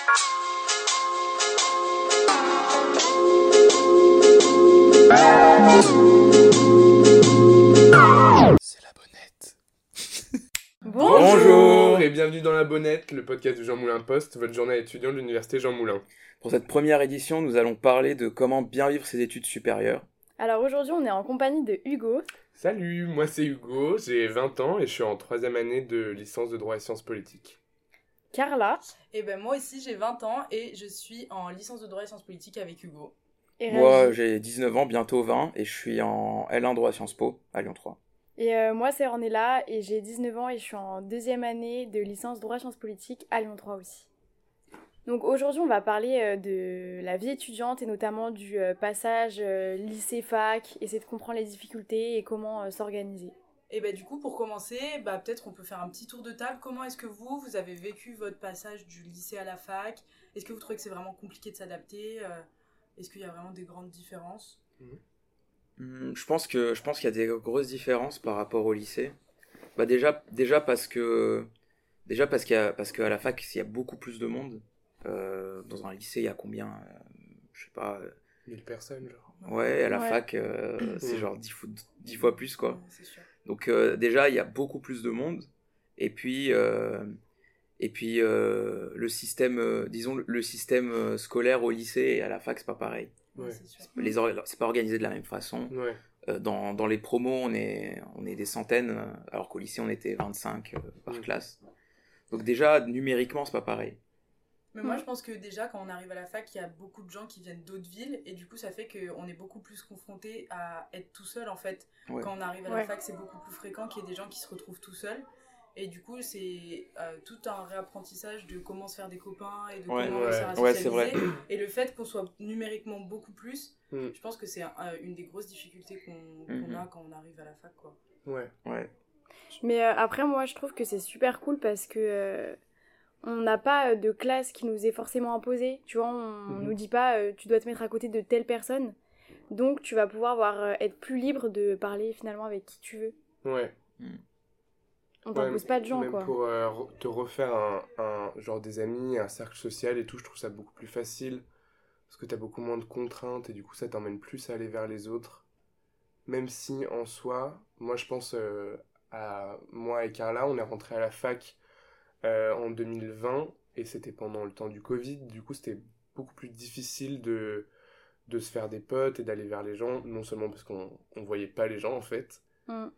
C'est la bonnette. Bonjour et bienvenue dans la bonnette, le podcast de Jean Moulin Post, votre journal étudiant de l'université Jean Moulin. Pour cette première édition, nous allons parler de comment bien vivre ses études supérieures. Alors aujourd'hui, on est en compagnie de Hugo. Salut, moi c'est Hugo, j'ai 20 ans et je suis en 3e année de licence de droit et sciences politiques. Carla. Et ben moi aussi j'ai 20 ans et je suis en licence de droit et sciences politiques avec Hugo. Et Moi, Raji. j'ai 19 ans, bientôt 20, et je suis en L1 droit Sciences Po, à Lyon 3. Et moi, c'est Ornella et j'ai 19 ans et je suis en 2e année de licence droit sciences politiques à Lyon 3 aussi. Donc aujourd'hui, on va parler de la vie étudiante et notamment du passage lycée-fac, essayer de comprendre les difficultés et comment s'organiser. Et ben du coup pour commencer, peut-être on peut faire un petit tour de table. Comment est-ce que vous avez vécu votre passage du lycée à la fac ? Est-ce que vous trouvez que c'est vraiment compliqué de s'adapter ? Est-ce qu'il y a vraiment des grandes différences ? Je pense qu'il y a des grosses différences par rapport au lycée. Déjà parce qu'à la fac, il y a beaucoup plus de monde. Dans un lycée, il y a combien je sais pas. 1000 personnes, genre. Ouais, à la Ouais. fac, c'est genre 10 fois plus, quoi. Ouais, c'est sûr. Donc déjà, il y a beaucoup plus de monde. Et puis le système, le système scolaire au lycée et à la fac, c'est pas pareil. Ouais. C'est sûr. C'est pas organisé de la même façon. Ouais. Dans les promos, on est des centaines, alors qu'au lycée, on était 25 par Mm. classe. Donc déjà, numériquement, c'est pas pareil. Mais moi je pense que déjà quand on arrive à la fac, il y a beaucoup de gens qui viennent d'autres villes et du coup ça fait qu'on est beaucoup plus confronté à être tout seul en fait. Ouais. Quand on arrive à la Ouais. fac, c'est beaucoup plus fréquent qu'il y ait des gens qui se retrouvent tout seuls. Et du coup, c'est tout un réapprentissage de comment se faire des copains et de Ouais. comment Ouais. réussir à Ouais, socialiser. c'est vrai. Et le fait qu'on soit numériquement beaucoup plus, Mm. je pense que c'est une des grosses difficultés qu'on Mhm. a quand on arrive à la fac, quoi. Ouais. Ouais. Mais après, moi, je trouve que c'est super cool parce que on n'a pas de classe qui nous est forcément imposée. Tu vois, on Mhm. nous dit pas tu dois te mettre à côté de telle personne. Donc, tu vas pouvoir être plus libre de parler finalement avec qui tu veux. Ouais. On t'impose pas de gens, même quoi. pour te refaire un genre des amis, un cercle social et tout, je trouve ça beaucoup plus facile. Parce que t'as beaucoup moins de contraintes et du coup ça t'emmène plus à aller vers les autres. Même si en soi, moi je pense à moi et Carla, on est rentrés à la fac en 2020 et c'était pendant le temps du Covid. Du coup c'était beaucoup plus difficile de se faire des potes et d'aller vers les gens, non seulement parce qu'on voyait pas les gens en fait, Mm.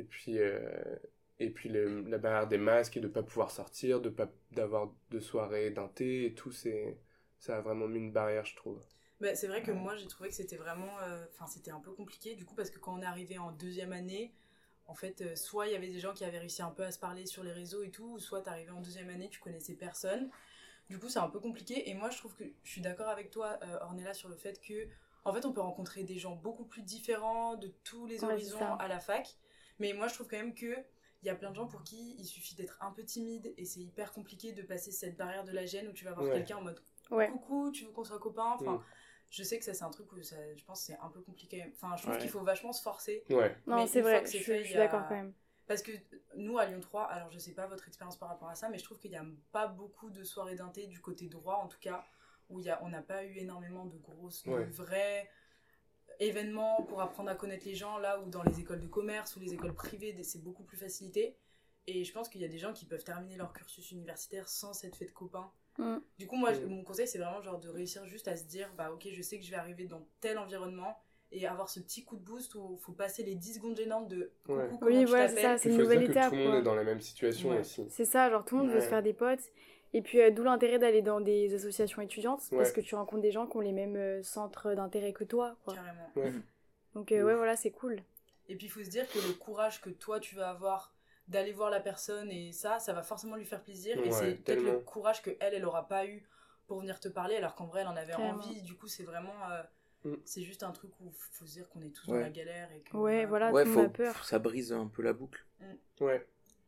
et puis la barrière des masques et de pas pouvoir sortir, de pas d'avoir de soirée d'un thé et tout, ça a vraiment mis une barrière, je trouve. C'est vrai que moi j'ai trouvé que c'était vraiment c'était un peu compliqué du coup parce que quand on est arrivé en 2e année en fait soit il y avait des gens qui avaient réussi un peu à se parler sur les réseaux et tout, ou soit t'arrivais en 2e année, tu connaissais personne, du coup c'est un peu compliqué. Et moi je trouve que je suis d'accord avec toi Ornella sur le fait que en fait on peut rencontrer des gens beaucoup plus différents de tous les Ouais, horizons c'est ça. à la fac, mais moi je trouve quand même que il y a plein de gens pour qui il suffit d'être un peu timide et c'est hyper compliqué de passer cette barrière de la gêne où tu vas voir Ouais. quelqu'un en mode Ouais. coucou, tu veux qu'on soit copains, enfin Mm. je sais que ça c'est un truc où je pense que c'est un peu compliqué, enfin je trouve Ouais. qu'il faut vachement se forcer. Ouais. Non, Mais c'est une fois vrai, que je c'est suis fait, je suis il y a- d'accord quand même. Parce que nous à Lyon 3, alors je sais pas votre expérience par rapport à ça, mais je trouve qu'il y a pas beaucoup de soirées d'inté du côté droit en tout cas, où on n'a pas eu énormément de Ouais. de vrais événements pour apprendre à connaître les gens, là où dans les écoles de commerce ou les écoles privées c'est beaucoup plus facilité. Et je pense qu'il y a des gens qui peuvent terminer leur cursus universitaire sans s'être fait de copains. Mm. Du coup, moi, Mm. mon conseil, c'est vraiment genre de réussir juste à se dire, ok, je sais que je vais arriver dans tel environnement et avoir ce petit coup de boost où il faut passer les 10 secondes gênantes de coucou, Ouais. comment Oui, tu ouais, c'est ça, t'appelles. c'est Il une faut se nouvelle dire que étape, tout le monde quoi. est dans la même situation Ouais. aussi. C'est ça, genre tout le monde veut Ouais. se faire des potes. Et puis d'où l'intérêt d'aller dans des associations étudiantes, parce Ouais. que tu rencontres des gens qui ont les mêmes centres d'intérêt que toi, quoi. Carrément. Ouais. Donc Ouf. ouais, voilà, c'est cool. Et puis, il faut se dire que le courage que toi, tu vas avoir d'aller voir la personne et ça va forcément lui faire plaisir. Et Ouais, c'est peut-être tellement. le courage qu'elle aura pas eu pour venir te parler, alors qu'en vrai, elle en avait Carrément. envie. Du coup, c'est vraiment... Mm. c'est juste un truc où faut se dire qu'on est tous Ouais. dans la galère et que... Ouais, voilà, Ouais, tout le monde a peur. ça brise un peu la boucle. Ouais.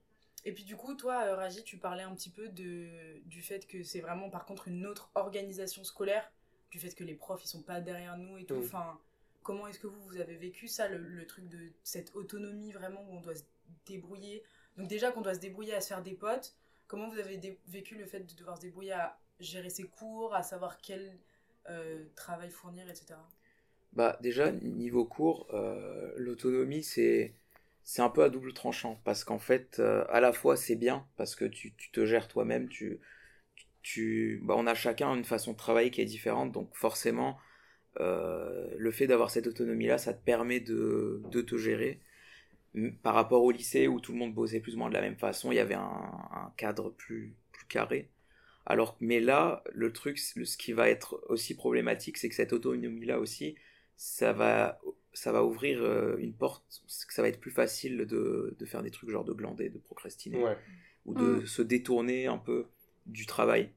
Et puis du coup, toi, Raji, tu parlais un petit peu du fait que c'est vraiment par contre une autre organisation scolaire, du fait que les profs ils sont pas derrière nous et tout. Mm. Enfin, comment est-ce que vous avez vécu ça, le truc de cette autonomie vraiment où on doit se débrouiller. Donc déjà qu'on doit se débrouiller à se faire des potes, comment vous avez vécu le fait de devoir se débrouiller à gérer ses cours, à savoir quel travail fournir, etc. Bah déjà, niveau cours, l'autonomie, c'est un peu à double tranchant, parce qu'en fait, à la fois c'est bien, parce que tu te gères toi-même, bah, on a chacun une façon de travailler qui est différente, donc forcément, le fait d'avoir cette autonomie-là, ça te permet de te gérer. Par rapport au lycée où tout le monde bossait plus ou moins de la même façon, il y avait un cadre plus carré. Alors, mais là, le truc, ce qui va être aussi problématique, c'est que cette autonomie-là aussi, ça va ouvrir une porte, ça va être plus facile de faire des trucs genre de glander, de procrastiner, Ouais. ou de se détourner un peu du travail.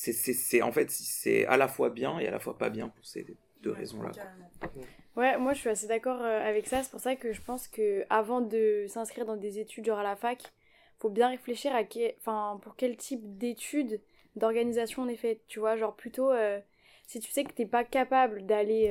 En fait, c'est à la fois bien et à la fois pas bien pour ces deux raisons-là. Carrément. Ouais, moi je suis assez d'accord avec ça. C'est pour ça que je pense que avant de s'inscrire dans des études genre à la fac, faut bien réfléchir à pour quel type d'études, d'organisation on est fait. Tu vois, genre plutôt si tu sais que t'es pas capable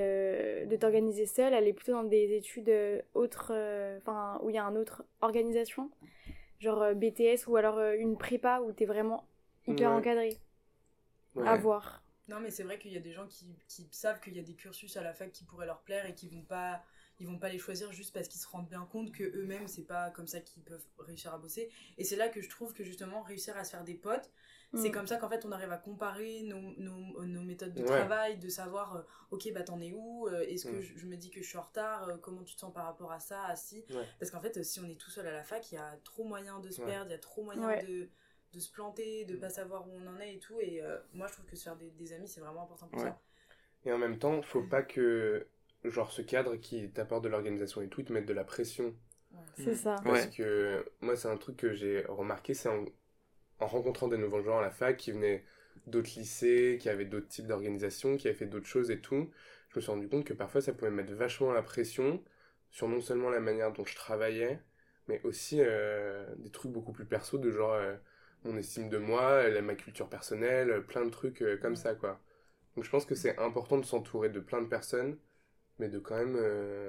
de t'organiser seul, aller plutôt dans des études autres, où il y a une autre organisation, genre BTS ou alors une prépa où t'es vraiment hyper Ouais. encadré. Ouais. À voir. Non, mais c'est vrai qu'il y a des gens qui savent qu'il y a des cursus à la fac qui pourraient leur plaire et qui vont pas les choisir juste parce qu'ils se rendent bien compte que eux-mêmes c'est pas comme ça qu'ils peuvent réussir à bosser. Et c'est là que je trouve que justement réussir à se faire des potes, c'est comme ça qu'en fait on arrive à comparer nos méthodes de travail, de savoir ok bah t'en es où, est-ce que je me dis que je suis en retard, comment tu te sens par rapport à ça, à ci. Parce qu'en fait si on est tout seul à la fac, il y a trop moyen de se perdre, il y a trop moyen de se planter, de pas savoir où on en est et tout. Et moi je trouve que se faire des amis c'est vraiment important pour ça. Et en même temps, faut pas que genre ce cadre qui t'apporte de l'organisation et tout, il te mette de la pression. C'est ça. Parce que moi c'est un truc que j'ai remarqué, c'est en rencontrant des nouveaux gens à la fac qui venaient d'autres lycées, qui avaient d'autres types d'organisation, qui avaient fait d'autres choses et tout, je me suis rendu compte que parfois ça pouvait mettre vachement la pression sur non seulement la manière dont je travaillais, mais aussi des trucs beaucoup plus perso de genre mon estime de moi, ma culture personnelle, plein de trucs comme ça quoi. Donc je pense que c'est important de s'entourer de plein de personnes, mais de quand même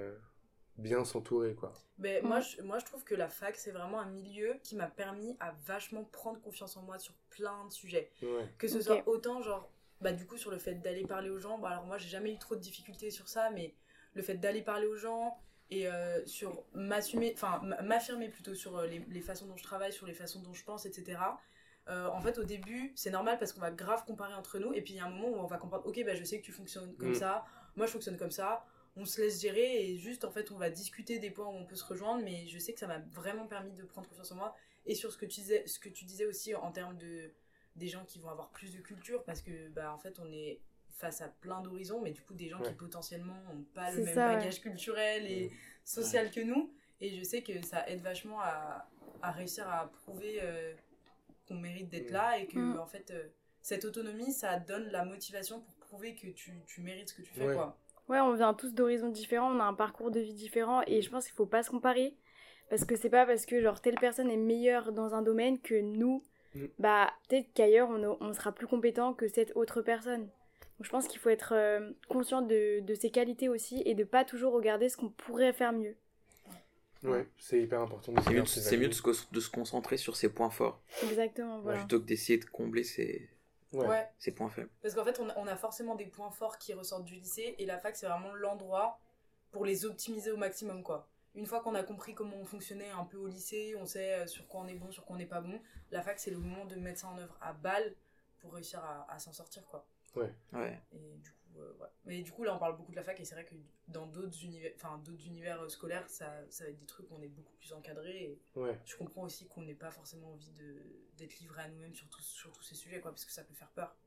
bien s'entourer quoi. Mais moi je trouve que la fac c'est vraiment un milieu qui m'a permis à vachement prendre confiance en moi sur plein de sujets. Que ce soit autant genre bah du coup sur le fait d'aller parler aux gens, bah alors moi j'ai jamais eu trop de difficultés sur ça, mais le fait d'aller parler aux gens et sur m'affirmer plutôt sur les façons dont je travaille, sur les façons dont je pense, etc. En fait au début c'est normal parce qu'on va grave comparer entre nous et puis il y a un moment où on va comprendre ok bah je sais que tu fonctionnes comme ça, moi je fonctionne comme ça, on se laisse gérer et juste en fait on va discuter des points où on peut se rejoindre, mais je sais que ça m'a vraiment permis de prendre confiance en moi et sur ce que tu disais aussi en termes des gens qui vont avoir plus de culture parce que bah en fait on est face à plein d'horizons, mais du coup des gens qui potentiellement n'ont pas le même bagage culturel et social que nous, et je sais que ça aide vachement à réussir à prouver qu'on mérite d'être là et que en fait cette autonomie ça donne la motivation pour prouver que tu mérites ce que tu fais quoi. Ouais, on vient tous d'horizons différents, on a un parcours de vie différent et je pense qu'il faut pas se comparer parce que c'est pas parce que genre telle personne est meilleure dans un domaine que nous, bah peut-être qu'ailleurs on sera plus compétent que cette autre personne. Donc je pense qu'il faut être conscient de ses qualités aussi et de pas toujours regarder ce qu'on pourrait faire mieux. Ouais, c'est hyper important. C'est mieux de se concentrer sur ses points forts. Exactement, voilà. Plutôt que d'essayer de combler ses points faibles. Parce qu'en fait, on a forcément des points forts qui ressortent du lycée et la fac, c'est vraiment l'endroit pour les optimiser au maximum, quoi. Une fois qu'on a compris comment on fonctionnait un peu au lycée, on sait sur quoi on est bon, sur quoi on n'est pas bon, la fac, c'est le moment de mettre ça en œuvre à balle pour réussir à s'en sortir, quoi. Ouais. Et du coup, mais du coup, là, on parle beaucoup de la fac et c'est vrai que dans d'autres univers scolaires, ça va être des trucs où on est beaucoup plus encadré. Et je comprends aussi qu'on n'ait pas forcément envie d'être livré à nous-mêmes sur tous ces sujets, quoi, parce que ça peut faire peur.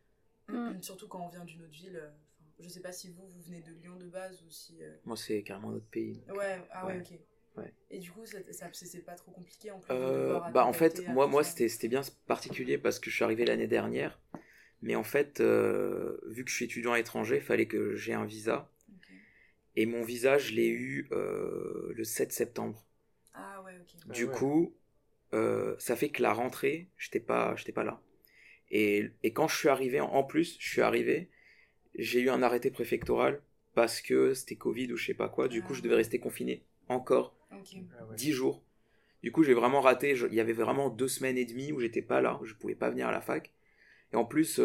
Surtout quand on vient d'une autre ville. Je sais pas si vous venez de Lyon de base ou si... Moi, c'est carrément notre pays. Donc... ok. Ouais. Et du coup, c'est pas trop compliqué en plus en fait, moi c'était bien particulier parce que je suis arrivé l'année dernière. Mais en fait, vu que je suis étudiant à l'étranger, il fallait que j'ai un visa. Et mon visa, je l'ai eu le 7 septembre. Ah ouais, ok. Du coup, ça fait que la rentrée, j'étais pas là. Et quand je suis arrivé, en plus, j'ai eu un arrêté préfectoral parce que c'était Covid ou je sais pas quoi. Du coup, je devais rester confiné encore 10 jours. Du coup, j'ai vraiment raté. Il y avait vraiment 2 semaines et demie où j'étais pas là, je pouvais pas venir à la fac. Et en plus,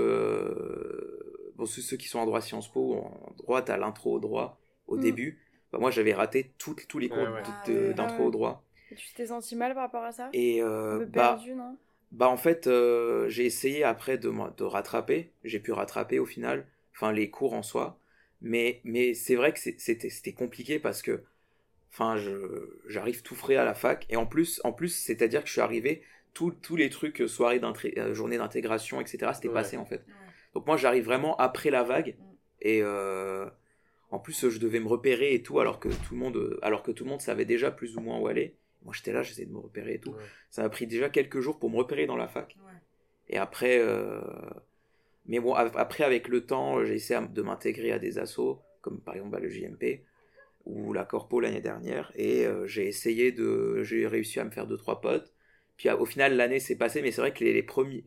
bon, ceux qui sont en droit Sciences Po, en droit, t'as l'intro au droit au début. Bah, moi, j'avais raté tous les cours d'intro au droit. Et tu t'es senti mal par rapport à ça? Et un peu perdu, non? Bah en fait, j'ai essayé après de rattraper. J'ai pu rattraper au final, enfin les cours en soi. Mais c'est vrai que c'était compliqué parce que, enfin, j'arrive tout frais à la fac. Et en plus, c'est-à-dire que je suis arrivé, tous les trucs, journée d'intégration, etc., c'était passé en fait. Ouais. Donc moi, j'arrive vraiment après la vague. Et en plus, je devais me repérer et tout, alors que tout le monde savait déjà plus ou moins où aller. Moi, j'étais là, j'essayais de me repérer et tout. Ouais. Ça m'a pris déjà quelques jours pour me repérer dans la fac. Ouais. Et après, mais bon, après, avec le temps, j'ai essayé de m'intégrer à des assos, comme par exemple le JMP ou la Corpo l'année dernière. Et j'ai réussi à me faire 2-3 potes. Puis au final, l'année s'est passée, mais c'est vrai que les premiers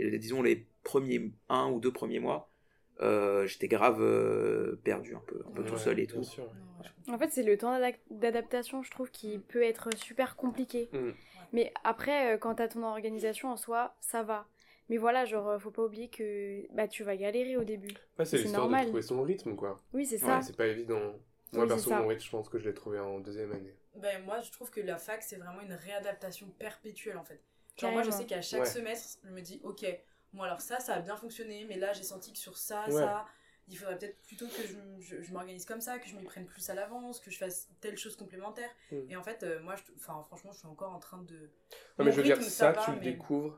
1 ou 2 premiers mois, j'étais grave perdu, un peu tout seul et tout. Sûr. En fait, c'est le temps d'adaptation, je trouve, qui peut être super compliqué. Mais après, quand t'as ton organisation en soi, ça va. Mais voilà, genre, faut pas oublier que bah, tu vas galérer au début. Ouais, c'est l'histoire normal. de trouver son rythme, quoi. Oui, c'est ça. C'est pas évident. Moi, Oui, perso, c'est ça. mon rythme, je pense que je l'ai trouvé en 2e année. Ben, moi, je trouve que la fac, c'est vraiment une réadaptation perpétuelle, en fait. Genre, moi, je sais qu'à chaque semestre, je me dis, ok, moi, alors ça a bien fonctionné, mais là, j'ai senti que sur ça, il faudrait peut-être plutôt que je m'organise comme ça, que je m'y prenne plus à l'avance, que je fasse telle chose complémentaire. Et en fait, moi, franchement, je suis encore en train de... Non, mais je veux dire, ça, tu le découvres.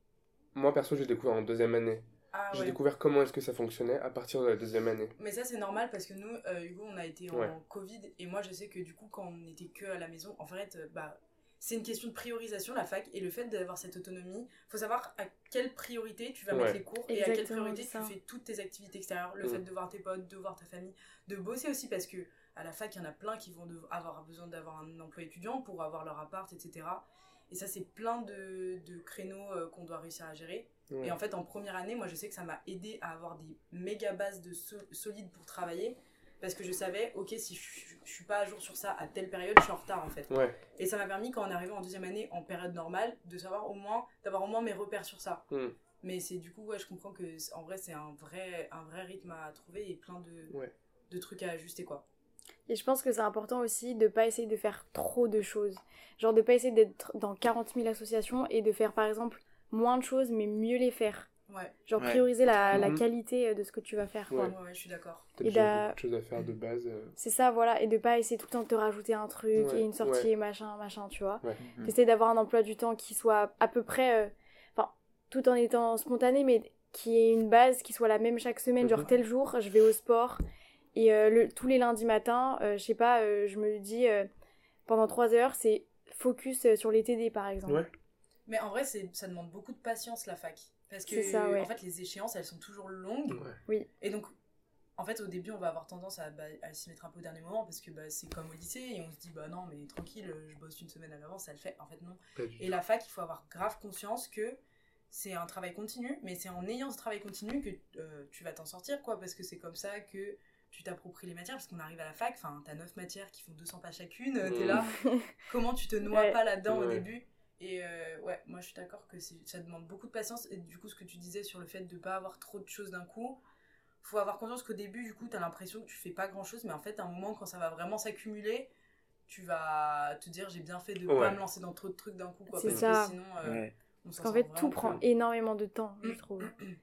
Moi, perso, je l'ai découvert en 2e année. J'ai découvert comment est-ce que ça fonctionnait à partir de la 2e année. Mais ça, c'est normal parce que nous, Hugo, on a été en Covid. Et moi, je sais que du coup, quand on n'était que à la maison, en fait, c'est une question de priorisation, la fac. Et le fait d'avoir cette autonomie, il faut savoir à quelle priorité tu vas mettre les cours. Et à quelle priorité tu fais toutes tes activités extérieures. Le fait de voir tes potes, de voir ta famille, de bosser aussi. Parce que à la fac, il y en a plein qui vont avoir besoin d'avoir un emploi étudiant pour avoir leur appart, etc. Et ça, c'est plein de créneaux qu'on doit réussir à gérer. Et en fait, en première année, moi, je sais que ça m'a aidé à avoir des méga bases solides pour travailler. Parce que je savais, ok, si je suis pas à jour sur ça à telle période, je suis en retard, en fait. Et ça m'a permis, quand on arrivait en 2e année, en période normale, d'avoir au moins mes repères sur ça. Mais c'est du coup, je comprends que, en vrai, c'est un vrai rythme à trouver et plein de trucs à ajuster, quoi. Et je pense que c'est important aussi de pas essayer de faire trop de choses. Genre de pas essayer d'être dans 40 000 associations et de faire par exemple moins de choses mais mieux les faire. Genre prioriser la qualité de ce que tu vas faire, quoi. Ouais, je suis d'accord. T'as déjà beaucoup de choses à faire de base. C'est ça, voilà. Et de pas essayer tout le temps de te rajouter un truc et une sortie et machin, tu vois. D'essayer d'avoir un emploi du temps qui soit à peu près... tout en étant spontané, mais qui ait une base qui soit la même chaque semaine. Genre tel jour, je vais au sport. Et tous les lundis matins, je sais pas, je me dis pendant 3 heures, c'est focus sur les TD par exemple. Mais en vrai, ça demande beaucoup de patience la fac. Parce que en fait, les échéances, elles sont toujours longues. Oui. Et donc, en fait, au début, on va avoir tendance à s'y mettre un peu au dernier moment parce que c'est comme au lycée et on se dit, non, mais tranquille, je bosse une semaine à l'avance, ça le fait. En fait, non. Et la fac, il faut avoir grave conscience que c'est un travail continu, mais c'est en ayant ce travail continu que tu vas t'en sortir, quoi, parce que c'est comme ça que tu t'appropries les matières, parce qu'on arrive à la fac, t'as 9 matières qui font 200 pages chacune, t'es là, comment tu te noies pas là-dedans au début? Et moi je suis d'accord que ça demande beaucoup de patience, et du coup ce que tu disais sur le fait de pas avoir trop de choses d'un coup, faut avoir conscience qu'au début du coup t'as l'impression que tu fais pas grand chose, mais en fait à un moment quand ça va vraiment s'accumuler, tu vas te dire j'ai bien fait de pas me lancer dans trop de trucs d'un coup, quoi, parce que sinon parce qu'en fait tout prend énormément de temps, je trouve.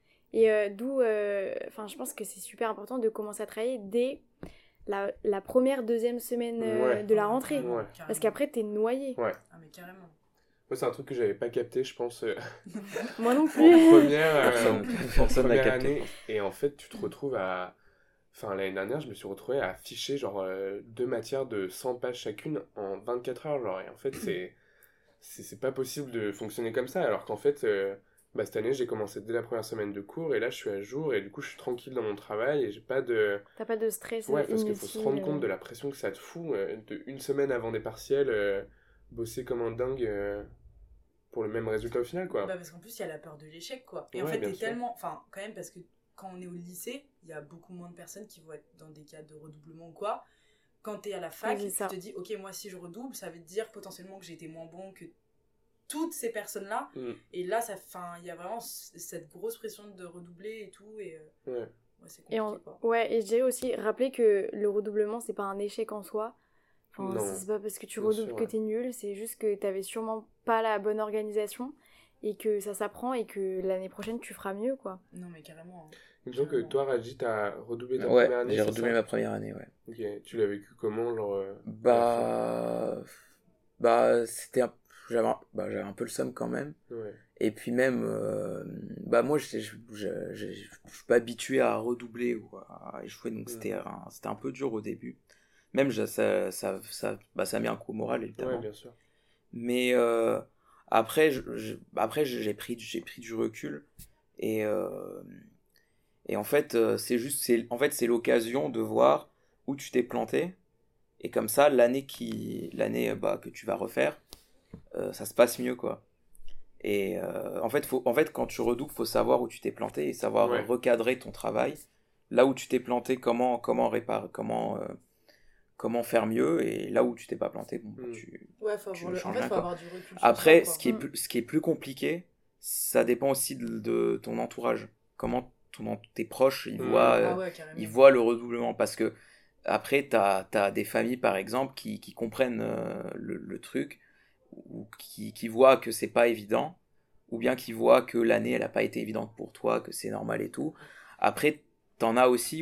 Et d'où, je pense que c'est super important de commencer à travailler dès la première, 2e semaine de la rentrée. Parce qu'après, t'es noyé. Ah, mais carrément. Moi, c'est un truc que j'avais pas capté, je pense. Moi non plus. En première année. Et en fait, tu te retrouves à... l'année dernière, je me suis retrouvé à afficher genre 2 matières de 100 pages chacune en 24 heures. Genre. Et en fait, c'est pas possible de fonctionner comme ça. Alors qu'en fait... cette année, j'ai commencé dès la première semaine de cours et là, je suis à jour et du coup, je suis tranquille dans mon travail et j'ai pas de... T'as pas de stress parce qu'il faut se rendre compte de la pression que ça te fout. De une semaine avant des partiels, bosser comme un dingue pour le même résultat au final, quoi. Parce qu'en plus, il y a la peur de l'échec, quoi. Et en fait, t'es tellement... Enfin, quand même, parce que quand on est au lycée, il y a beaucoup moins de personnes qui vont être dans des cas de redoublement ou quoi. Quand t'es à la fac, tu te dis, ok, moi, si je redouble, ça veut dire potentiellement que j'ai été moins bon que toutes ces personnes-là. Mm. Et là, il y a vraiment cette grosse pression de redoubler et tout. Et Ouais. c'est compliqué, quoi. Ouais, et je dirais aussi, rappeler que le redoublement, c'est pas un échec en soi. Enfin, Non. c'est pas parce que tu Bien redoubles sûr, que ouais. t'es nul, c'est juste que t'avais sûrement pas la bonne organisation et que ça s'apprend et que l'année prochaine tu feras mieux, quoi. Non, mais carrément. Il me semble que toi, Raji, t'as redoublé ta Ouais, première année, j'ai c'est redoublé ça? ma première année, ouais. Ok. Tu l'as vécu comment, genre, à la fin? C'était j'avais un peu le seum quand même. Ouais. Et puis même, moi, je suis pas habitué à redoubler ou à échouer, donc c'était un peu dur au début. Même, ça a mis un coup au moral, Ouais, évidemment. bien sûr. Mais après, j'ai pris du recul. Et, et en fait, en fait, c'est l'occasion de voir où tu t'es planté. Et comme ça, l'année que tu vas refaire, ça se passe mieux, quoi. Et en fait, quand tu redoubles, faut savoir où tu t'es planté et savoir Ouais. recadrer ton travail. Là où tu t'es planté, comment réparer, comment faire mieux. Et là où tu t'es pas planté, bon, Mm. Ouais, tu en changes fait, rien, faut quoi. avoir du recul sur Après, ça, quoi. ce qui est plus compliqué, ça dépend aussi de ton entourage. Comment tes proches, Ah ouais, carrément. ils voient le redoublement. Parce que après, t'as des familles, par exemple, qui comprennent le truc, ou qui voient que c'est pas évident, ou bien qui voient que l'année, elle a pas été évidente pour toi, que c'est normal et tout. Après, t'en as aussi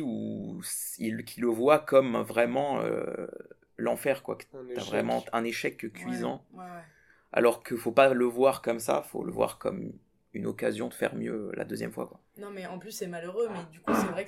qui le voient comme vraiment l'enfer, quoi. Que Un t'as échec. vraiment un échec cuisant. Ouais. Alors qu'il faut pas le voir comme ça, faut le voir comme une occasion de faire mieux la deuxième fois, quoi. Non, mais en plus, c'est malheureux, mais du coup, c'est vrai que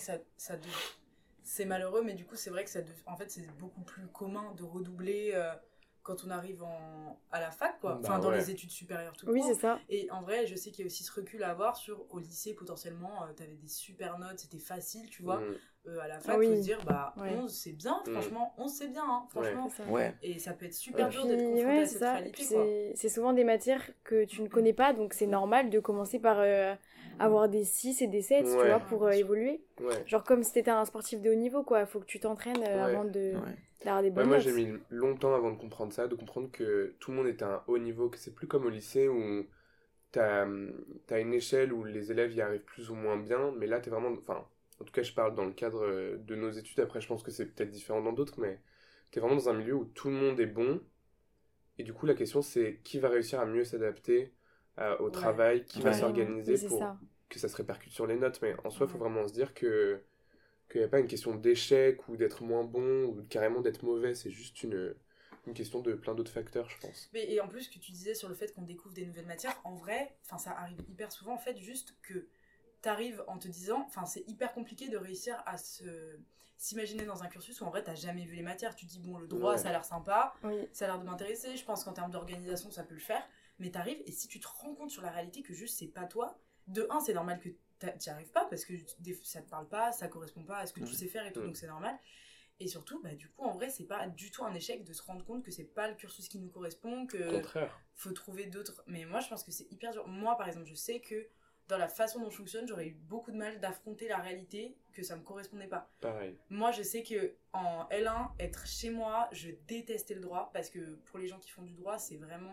c'est malheureux, mais du coup, c'est vrai que en fait, c'est beaucoup plus commun de redoubler quand on arrive à la fac, quoi. Bah Enfin, dans ouais. les études supérieures, tout Oui, court. c'est ça. Et en vrai, je sais qu'il y a aussi ce recul à avoir au lycée, potentiellement, t'avais des super notes, c'était facile, tu vois. À la fac, Oui. faut se dire, Ouais. 11, c'est bien, franchement, 11, c'est bien, hein, franchement. C'est ça. Ouais. Et ça peut être super Et dur puis, d'être confronté ouais, à c'est cette ça. Et réalité, puis quoi. c'est souvent des matières que tu ne connais pas, donc c'est normal de commencer par avoir des 6 et des 7, tu Ouais. vois, pour Ouais, bien sûr. évoluer. Ouais. Genre comme si t'étais un sportif de haut niveau, quoi. Faut que tu t'entraînes Ouais. avant Ouais. d'avoir des Ouais, bonnes moi notes. j'ai mis longtemps avant de comprendre ça, de comprendre que tout le monde est à un haut niveau, que c'est plus comme au lycée où t'as une échelle où les élèves y arrivent plus ou moins bien, mais là t'es vraiment, enfin, en tout cas je parle dans le cadre de nos études, après je pense que c'est peut-être différent dans d'autres, mais t'es vraiment dans un milieu où tout le monde est bon, et du coup la question c'est qui va réussir à mieux s'adapter au Ouais. travail, qui va Ouais. s'organiser Oui, c'est pour ça. que ça se répercute sur les notes, mais en soi faut Ouais. vraiment se dire qu'il n'y a pas une question d'échec ou d'être moins bon ou carrément d'être mauvais, c'est juste une question de plein d'autres facteurs, je pense. Et en plus, ce que tu disais sur le fait qu'on découvre des nouvelles matières, en vrai, ça arrive hyper souvent, en fait, juste que t'arrives en te disant, c'est hyper compliqué de réussir à s'imaginer dans un cursus où en vrai t'as jamais vu les matières. Tu te dis, bon, le droit, Ouais. ça a l'air sympa, Oui. ça a l'air de m'intéresser, je pense qu'en termes d'organisation, ça peut le faire, mais t'arrives, et si tu te rends compte sur la réalité que juste c'est pas toi, de un, c'est normal que t'y arrives pas, parce que ça te parle pas, ça correspond pas à ce que tu sais faire et tout, donc c'est normal. Et surtout, du coup, en vrai, c'est pas du tout un échec de se rendre compte que c'est pas le cursus qui nous correspond, Au que contraire. faut trouver d'autres. Mais moi, je pense que c'est hyper dur. Moi, par exemple, je sais que dans la façon dont je fonctionne, j'aurais eu beaucoup de mal d'affronter la réalité que ça me correspondait pas. Pareil. Moi, je sais que en L1, être chez moi, je détestais le droit parce que pour les gens qui font du droit, c'est vraiment.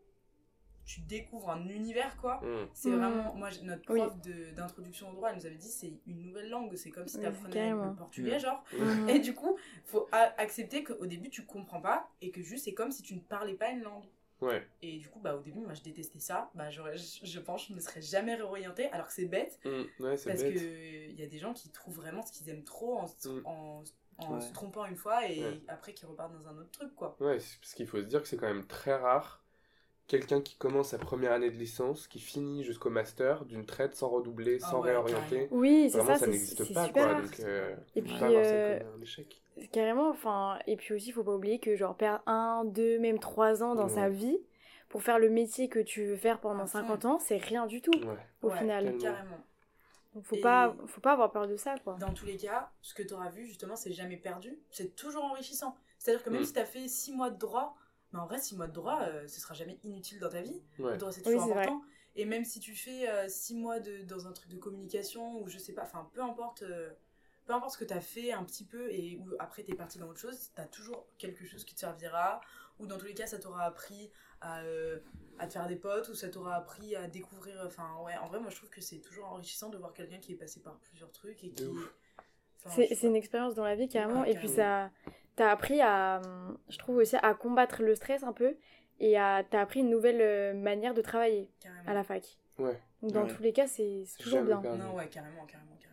Tu découvres un univers, quoi. C'est vraiment. Moi, notre prof d'introduction au droit, elle nous avait dit c'est une nouvelle langue, c'est comme si t'apprenais carrément. le portugais, genre. Mhm. Et du coup, faut accepter qu'au début, tu comprends pas et que juste c'est comme si tu ne parlais pas une langue. Ouais. Et du coup, au début, moi, je détestais ça. Je pense que je ne me serais jamais réorientée, alors que c'est bête. Ouais, c'est Parce bête. qu'il y a des gens qui trouvent vraiment ce qu'ils aiment trop en Ouais. se trompant une fois et Ouais. après qui repartent dans un autre truc, quoi. Ouais, parce qu'il faut se dire que c'est quand même très rare quelqu'un qui commence sa première année de licence, qui finit jusqu'au master d'une traite sans redoubler, sans ouais, réorienter. carrément. Oui, c'est Vraiment, ça, ça c'est n'existe pas, super quoi. rare. Donc, Et faut puis, pas avoir ça comme un échec. carrément, enfin, et puis aussi, faut pas oublier que genre perdre 1, 2, même 3 ans dans sa vie pour faire le métier que tu veux faire pendant À fond. 50 ans, c'est rien du tout Ouais. au Ouais, final. tellement. Carrément. Donc Et- faut pas avoir peur de ça, quoi. Dans tous les cas, ce que tu auras vu, justement, c'est jamais perdu. C'est toujours enrichissant. C'est-à-dire que même si tu as fait 6 mois de droit, mais en vrai, 6 mois de droit, ce sera jamais inutile dans ta vie. Ouais. Le droit, c'est Oui, toujours c'est vrai. important. Et même si tu fais 6 mois dans un truc de communication, ou je sais pas, peu importe ce que tu as fait un petit peu, et où après tu es parti dans autre chose, tu as toujours quelque chose qui te servira, ou dans tous les cas ça t'aura appris à te faire des potes, ou ça t'aura appris à découvrir, enfin ouais, en vrai moi je trouve que c'est toujours enrichissant de voir quelqu'un qui est passé par plusieurs trucs et qui... C'est une expérience dans la vie carrément, Ouais, et puis ça t'as appris je trouve aussi à combattre le stress un peu, et t'as appris une nouvelle manière de travailler carrément. à la fac. Ouais. Donc dans tous les cas c'est toujours Jamais bien. perdu. Non ouais, carrément.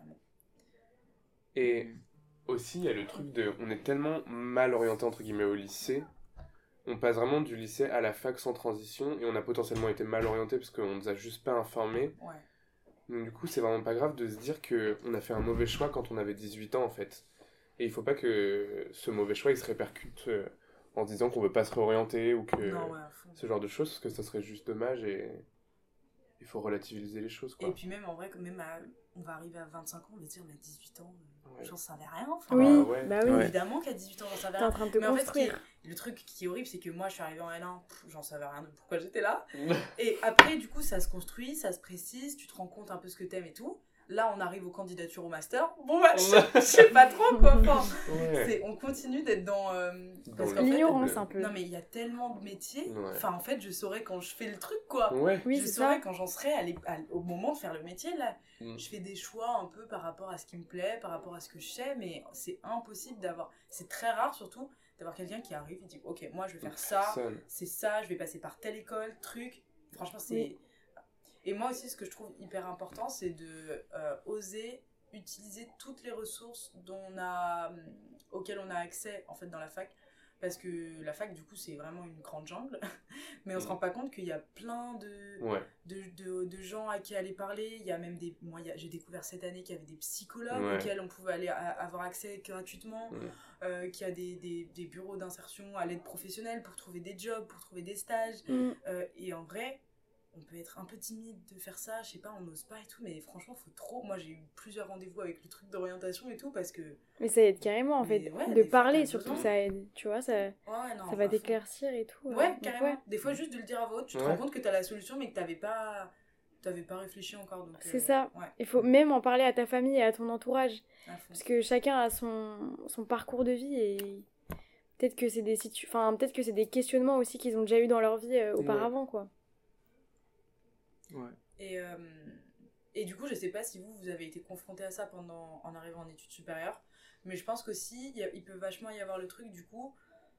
Et aussi, il y a le truc de... On est tellement mal orienté, entre guillemets, au lycée. On passe vraiment du lycée à la fac sans transition, et on a potentiellement été mal orienté parce qu'on nous a juste pas informés. Ouais. Donc du coup, c'est vraiment pas grave de se dire qu'on a fait un mauvais choix quand on avait 18 ans, en fait. Et il faut pas que ce mauvais choix, il se répercute en se disant qu'on veut pas se réorienter, ou que Non, ouais, à fond. ce genre de choses, parce que ça serait juste dommage, et il faut relativiser les choses, quoi. Et puis même en vrai, on va arriver à 25 ans, on va se dire mais à 18 ans, Ouais. j'en savais rien. Enfin, Oui, Bah ouais. bah oui. Ouais. évidemment qu'à 18 ans, j'en savais T'es en rien. train de te Mais en fait, construire. le truc qui est horrible, c'est que moi, je suis arrivée en L1, j'en savais rien de pourquoi j'étais là. Et après, du coup, ça se construit, ça se précise, tu te rends compte un peu ce que t'aimes et tout. Là, on arrive aux candidatures au master. Bon, bah, je sais pas trop quoi. Enfin, Ouais. on continue d'être dans... parce Dans qu'en fait, l'ignorance un peu. non, mais il y a tellement de métiers. Ouais. Enfin, en fait, je saurais quand je fais le truc, quoi. Ouais. Oui, je c'est saurais ça. quand j'en serai au moment de faire le métier, là. Mm. Je fais des choix un peu par rapport à ce qui me plaît, par rapport à ce que je sais, mais c'est impossible d'avoir... C'est très rare, surtout, d'avoir quelqu'un qui arrive et dit « Ok, moi, je vais faire ça, Personne. c'est ça, je vais passer par telle école, truc. » Franchement, c'est... Oui. Et moi aussi, ce que je trouve hyper important, c'est de oser utiliser toutes les ressources auxquelles on a accès, en fait, dans la fac. Parce que la fac, du coup, c'est vraiment une grande jungle. Mais on se rend pas compte qu'il y a plein Ouais. de gens à qui aller parler. Il y a même j'ai découvert cette année qu'il y avait des psychologues Ouais. auxquels on pouvait aller avoir accès gratuitement. Ouais. Qu'il y a des bureaux d'insertion à l'aide professionnelle pour trouver des jobs, pour trouver des stages. Mm. Et en vrai, on peut être un peu timide de faire ça, je sais pas, on n'ose pas et tout, mais franchement, faut trop... Moi, j'ai eu plusieurs rendez-vous avec le truc d'orientation et tout, parce que... Mais ça aide carrément en Mais fait. ouais, De des fois, parler t'as surtout, besoin. ça aide. Tu vois, ça Ouais, non, va enfin, t'éclaircir et tout. Ouais, Donc, carrément. ouais. Des fois, juste de le dire à voix haute, tu te Ouais. rends compte que t'as la solution, mais que t'avais pas réfléchi encore. Donc, C'est ça. Ouais, Il faut même en parler à ta famille et à ton entourage. à fond. Parce que chacun a son parcours de vie, et peut-être que c'est peut-être que c'est des questionnements aussi qu'ils ont déjà eu dans leur vie auparavant, quoi. Ouais. Et du coup, je sais pas si vous avez été confronté à ça en arrivant en études supérieures, mais je pense qu'aussi, il peut vachement y avoir le truc, du coup,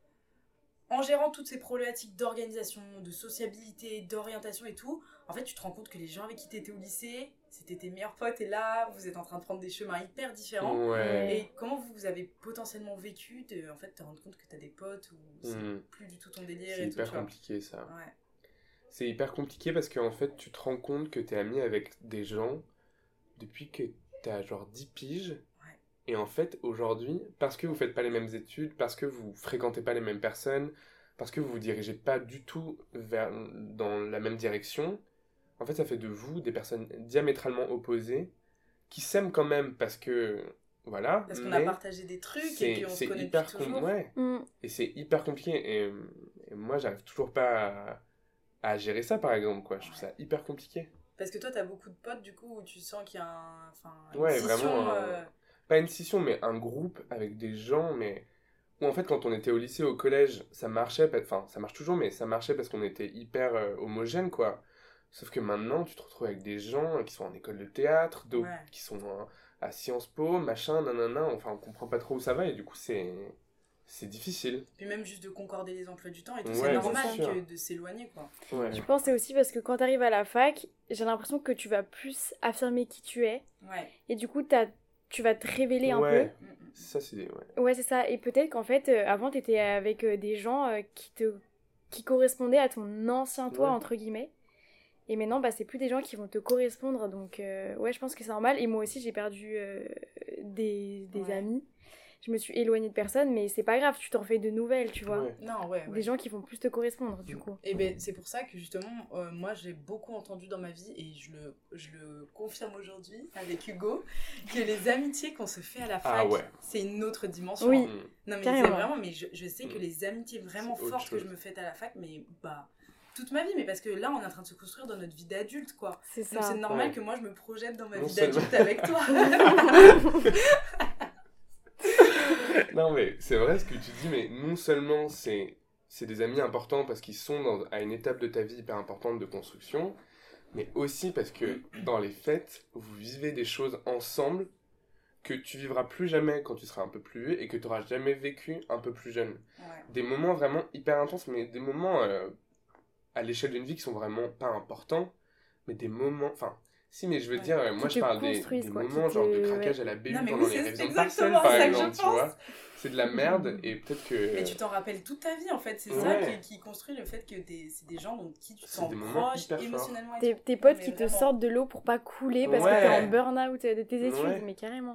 en gérant toutes ces problématiques d'organisation, de sociabilité, d'orientation et tout, en fait, tu te rends compte que les gens avec qui t'étais au lycée, c'était tes meilleurs potes, et là, vous êtes en train de prendre des chemins hyper différents. Ouais. Et comment vous avez potentiellement vécu de en fait, te rendre compte que t'as des potes où c'est plus du tout ton délire C'est et tout, hyper tu vois. compliqué, ça. Ouais. C'est hyper compliqué parce qu'en fait, tu te rends compte que t'es ami avec des gens depuis que t'as genre 10 piges. Ouais. Et en fait, aujourd'hui, parce que vous faites pas les mêmes études, parce que vous fréquentez pas les mêmes personnes, parce que vous vous dirigez pas du tout dans la même direction, en fait, ça fait de vous des personnes diamétralement opposées qui s'aiment quand même parce que, voilà. Parce qu'on a partagé des trucs et puis on se connaît depuis toujours. Ouais. Mm. Et c'est hyper compliqué. Et moi, j'arrive toujours pas à gérer ça, par exemple, quoi. Je trouve ça hyper compliqué. Parce que toi, t'as beaucoup de potes, du coup, où tu sens qu'il y a une Ouais, scission, vraiment, pas une scission, mais un groupe avec des gens, mais où en fait, quand on était au lycée, au collège, ça marchait, enfin, ça marche toujours, mais ça marchait parce qu'on était hyper homogène, quoi. Sauf que maintenant, tu te retrouves avec des gens qui sont en école de théâtre, d'autres Ouais. qui sont à Sciences Po, machin, nanana, enfin, on comprend pas trop où ça va, et du coup, c'est difficile. Puis même juste de concorder les emplois du temps et tout, Ouais, c'est c'est normal sûr. que de s'éloigner, quoi. Ouais. Je pense que c'est aussi parce que quand t'arrives à la fac, j'ai l'impression que tu vas plus affirmer qui tu es. Ouais. Et du coup, tu vas te révéler un Ouais. peu. Ça, c'est... Ouais. Ouais, c'est ça. Et peut-être qu'en fait, avant, t'étais avec des gens qui correspondaient à ton ancien toi, Ouais. entre guillemets. Et maintenant, bah, c'est plus des gens qui vont te correspondre. Donc, ouais, je pense que c'est normal. Et moi aussi, j'ai perdu des Ouais. amis. Je me suis éloignée de personnes, mais c'est pas grave, tu t'en fais de nouvelles, tu vois. Ouais. Non, ouais. Des gens qui vont plus te correspondre, du coup. Et ben c'est pour ça que justement, moi j'ai beaucoup entendu dans ma vie, et je le confirme aujourd'hui avec Hugo, que les amitiés qu'on se fait à la fac, Ah ouais. c'est une autre dimension. Oui. Mm. Non mais Carrément. c'est vraiment, mais je sais que les amitiés vraiment C'est autre fortes que chose. je me fais à la fac, mais bah toute ma vie, mais parce que là on est en train de se construire dans notre vie d'adulte, quoi. C'est Donc ça. c'est normal Ouais. que moi je me projette dans ma Non vie seulement- d'adulte avec toi. Non, mais c'est vrai ce que tu dis, mais non seulement c'est c'est des amis importants parce qu'ils sont à une étape de ta vie hyper importante de construction, mais aussi parce que dans les fêtes, vous vivez des choses ensemble que tu vivras plus jamais quand tu seras un peu plus vieux et que tu n'auras jamais vécu un peu plus jeune. Ouais. Des moments vraiment hyper intenses, mais des moments à l'échelle d'une vie qui sont vraiment pas importants, mais des moments... Enfin, si, mais je veux dire, moi je parle des moments genre de craquage à la BU pendant les révisions de partiel, par exemple, tu vois. C'est de la merde et peut-être que... Mais tu t'en rappelles toute ta vie en fait, c'est ça qui construit le fait que c'est des gens dont qui tu te sens proche émotionnellement. Tes potes qui te sortent de l'eau pour pas couler parce que t'es en burn-out de tes études, mais carrément.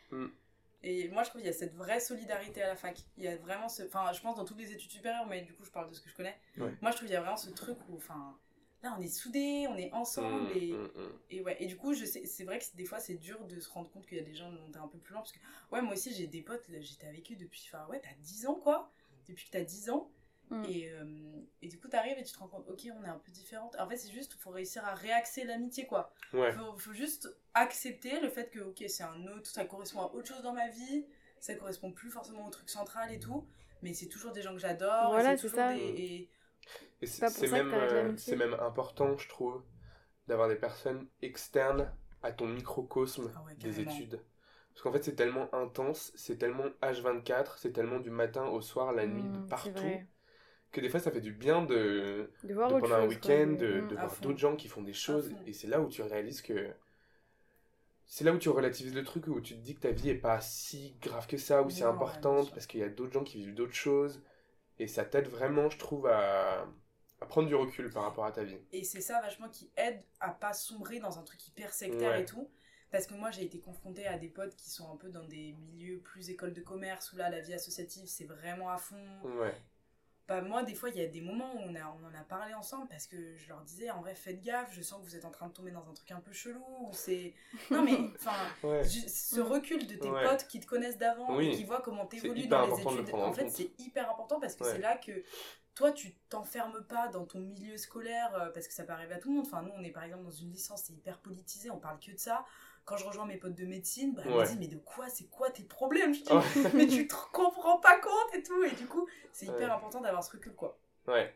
Et moi je trouve qu'il y a cette vraie solidarité à la fac. Il y a vraiment ce... Enfin, je pense dans toutes les études supérieures, mais du coup je parle de ce que je connais. Moi je trouve qu'il y a vraiment ce truc où... Enfin, là on est soudés, on est ensemble et ouais. Et du coup c'est vrai que des fois c'est dur de se rendre compte qu'il y a des gens dont t'es un peu plus loin parce que ouais, moi aussi j'ai des potes, là, j'étais avec eux depuis, enfin ouais, t'as 10 ans quoi, depuis que t'as 10 ans et du coup t'arrives et tu te rends compte, ok, on est un peu différentes. En fait c'est juste, faut réussir à réaxer l'amitié quoi. Faut juste accepter le fait que ok, c'est un autre, ça correspond à autre chose dans ma vie, ça correspond plus forcément au truc central et tout, mais c'est toujours des gens que j'adore, voilà, et c'est toujours ça. Et c'est même important, je trouve, d'avoir des personnes externes à ton microcosme des études. Parce qu'en fait, c'est tellement intense, c'est tellement H24, c'est tellement du matin au soir, la nuit, de partout, que des fois, ça fait du bien de voir pendant un week-end, de voir d'autres gens qui font des choses. Et c'est là où tu réalises que... C'est là où tu relativises le truc, où tu te dis que ta vie est pas si grave que ça, ou si importante, parce qu'il y a d'autres gens qui vivent d'autres choses. Et ça t'aide vraiment, je trouve, à prendre du recul par rapport à ta vie. Et c'est ça vachement qui aide à pas sombrer dans un truc hyper sectaire et tout. Parce que moi j'ai été confrontée à des potes qui sont un peu dans des milieux plus école de commerce où là la vie associative c'est vraiment à fond. Bah moi des fois il y a des moments où on en a parlé ensemble parce que je leur disais en vrai faites gaffe, je sens que vous êtes en train de tomber dans un truc un peu chelou ou c'est... Non mais enfin ce recul de tes potes qui te connaissent d'avant et qui voient comment t'évolues dans les études, en fait c'est hyper important parce que c'est là que toi tu t'enfermes pas dans ton milieu scolaire parce que ça peut arriver à tout le monde. Enfin nous on est par exemple dans une licence, c'est hyper politisé, on parle que de ça. Quand je rejoins mes potes de médecine, bah, ils me disent mais de quoi, c'est quoi tes problèmes? Je dis mais tu te comprends pas compte et tout. Et du coup, c'est hyper important d'avoir ce recul quoi. Voilà.